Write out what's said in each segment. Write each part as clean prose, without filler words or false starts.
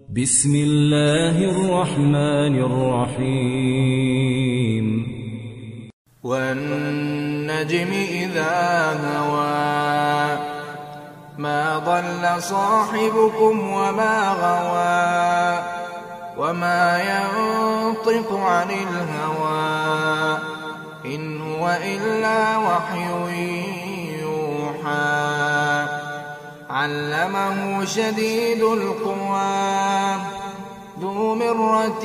بسم الله الرحمن الرحيم والنجم إذا هوى ما ضل صاحبكم وما غوى وما ينطق عن الهوى إن هو إلا وحي يوحى علمه شديد القوى ذو مرة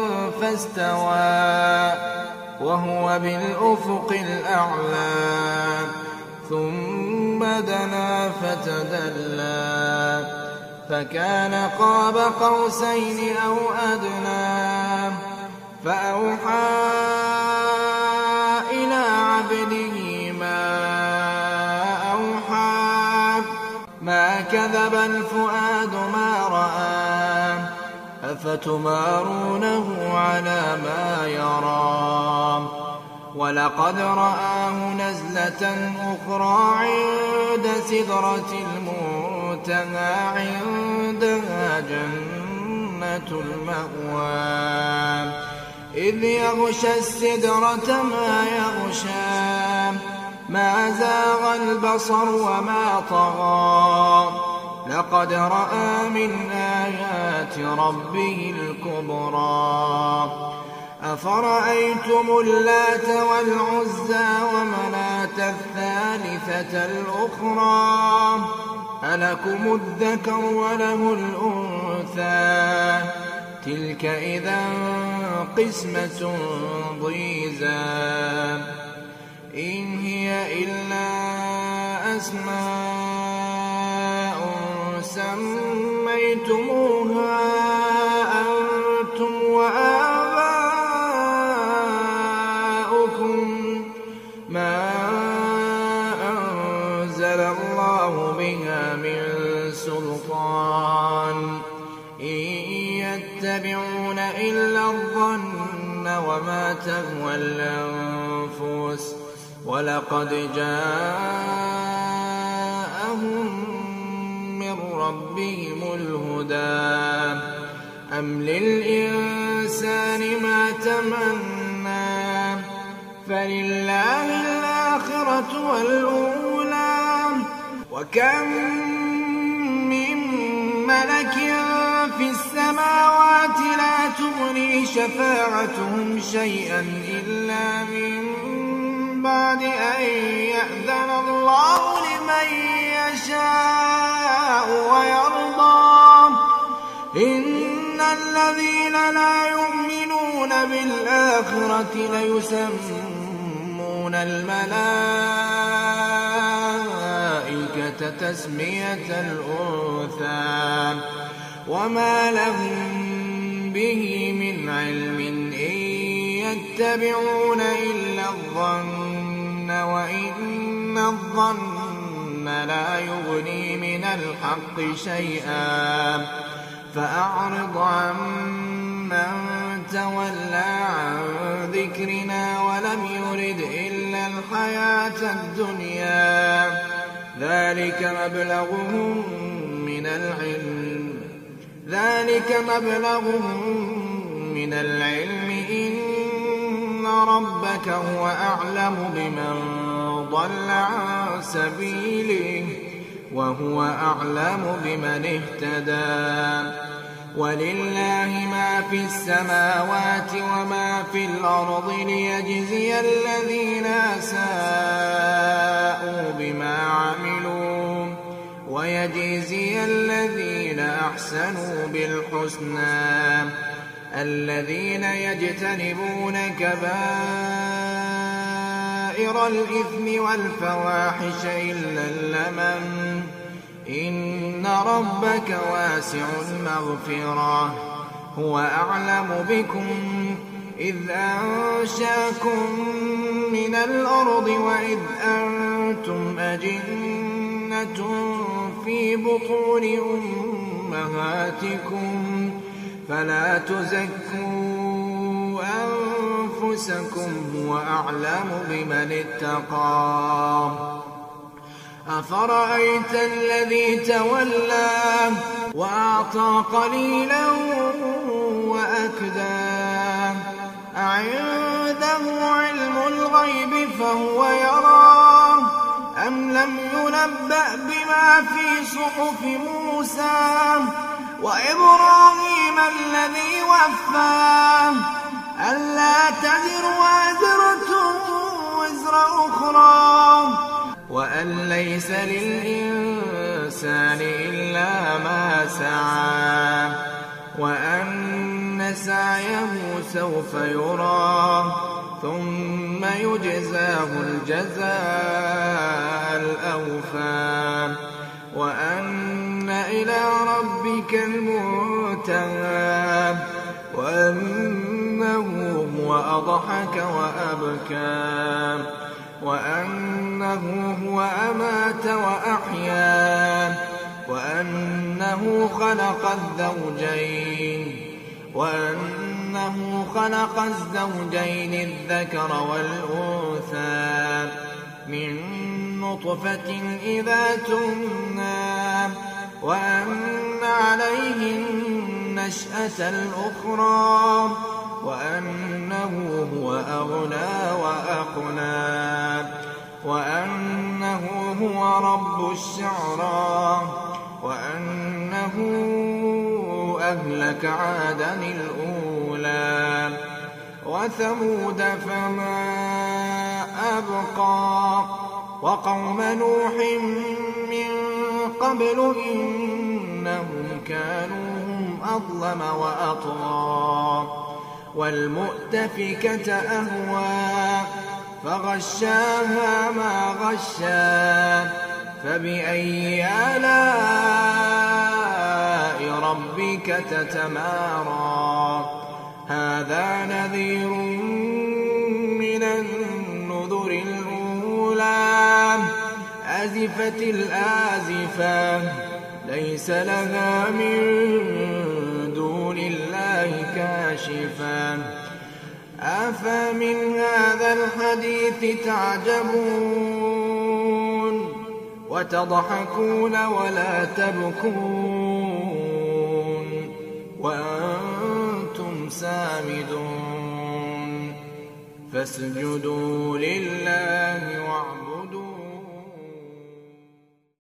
فاستوى وهو بالأفق الأعلى ثم دنا فتدلى فكان قاب قوسين أو أدنى فأوحى إلى عبده ما أوحى ما كذب الفؤاد ما رأى أفتمارونه على ما يرى ولقد رآه نزلة أخرى عند سدرة المنتهى عندها جنة المأوى إذ يغشى السدرة ما يغشى ما زاغ البصر وما طغى لقد رأى من آيات ربه الكبرى أفرأيتم اللات والعزى ومناة الثالثة الأخرى ألكم الذكر وله الأنثى تلك إذا قسمة ضيزى إن هي إلا أسماء سميتموها أنتم وآباؤكم ما أنزل الله بها من سلطان إن يتبعون إلا الظن وما تهوى الأنفس ولقد جاءهم من ربهم الهدى أم للإنسان ما تمنى فلله الآخرة والأولى وكم من ملك في السماوات لا تغني شفاعتهم شيئا إلا من بعد أن يأذن الله لمن يشاء ويرضى إن الذين لا يؤمنون بالآخرة ليسمون الملائكة تسمية الأنثى وما لهم به من علم إن يتبعون إلا الظن وإن الظن لا يغني من الحق شيئا فأعرض عن من تولى عن ذكرنا ولم يرد إلا الحياة الدنيا ذلك مبلغهم من العلم إن ربك هو أعلم بمن ضل عن سبيله وهو أعلم بمن اهتدى ولله ما في السماوات وما في الأرض ليجزي الذين أساءوا بما عملوا ويجزي الذين أحسنوا بالحسنى الذين يجتنبون كبائر الإثم والفواحش إلا اللمم إن ربك واسع المغفرة هو أعلم بكم إذ أنشاكم من الأرض وإذ أنتم أجنة في بطون أمهاتكم فلا تزكوا أنفسكم هو أعلم بمن اتقى أفرأيت الذي تولى وأعطى قليلا وأكدى أعنده علم الغيب فهو يرى أم لم ينبأ بما في صحف موسى وإبراهيم الذي وفى ألا تزر وازرة وزر أخرى وأن ليس للإنسان إلا ما سعى وأن سعيه سوف يرى ثم يجزاه الجزاء الأوفى وأن إلى ربك المنتهى وأنه هو أضحك وأبكى وأنه هو أمات وأحيا وأنه خلق الزوجين الذكر والأنثى من نطفة إذا تمنى وأن عليه النشأة الأخرى وأنه هو أغنى وأقنى وأنه هو رب الشعرى وأنه أهلك عادا الأولى وثمود فما أبقى وقوم نوح من قبل إنهم كانوا هم أظلم وأطغى والمؤتفكة أهوى فغشاها ما غشا فبأي آلاء ربك تتمارى هذا نذير من النذر الأولى أزفت الآزفة ليس لها من دون الله كاشفة أفمن هذا الحديث تعجبون وتضحكون ولا تبكون وأنتم سامدون فاسجدوا لله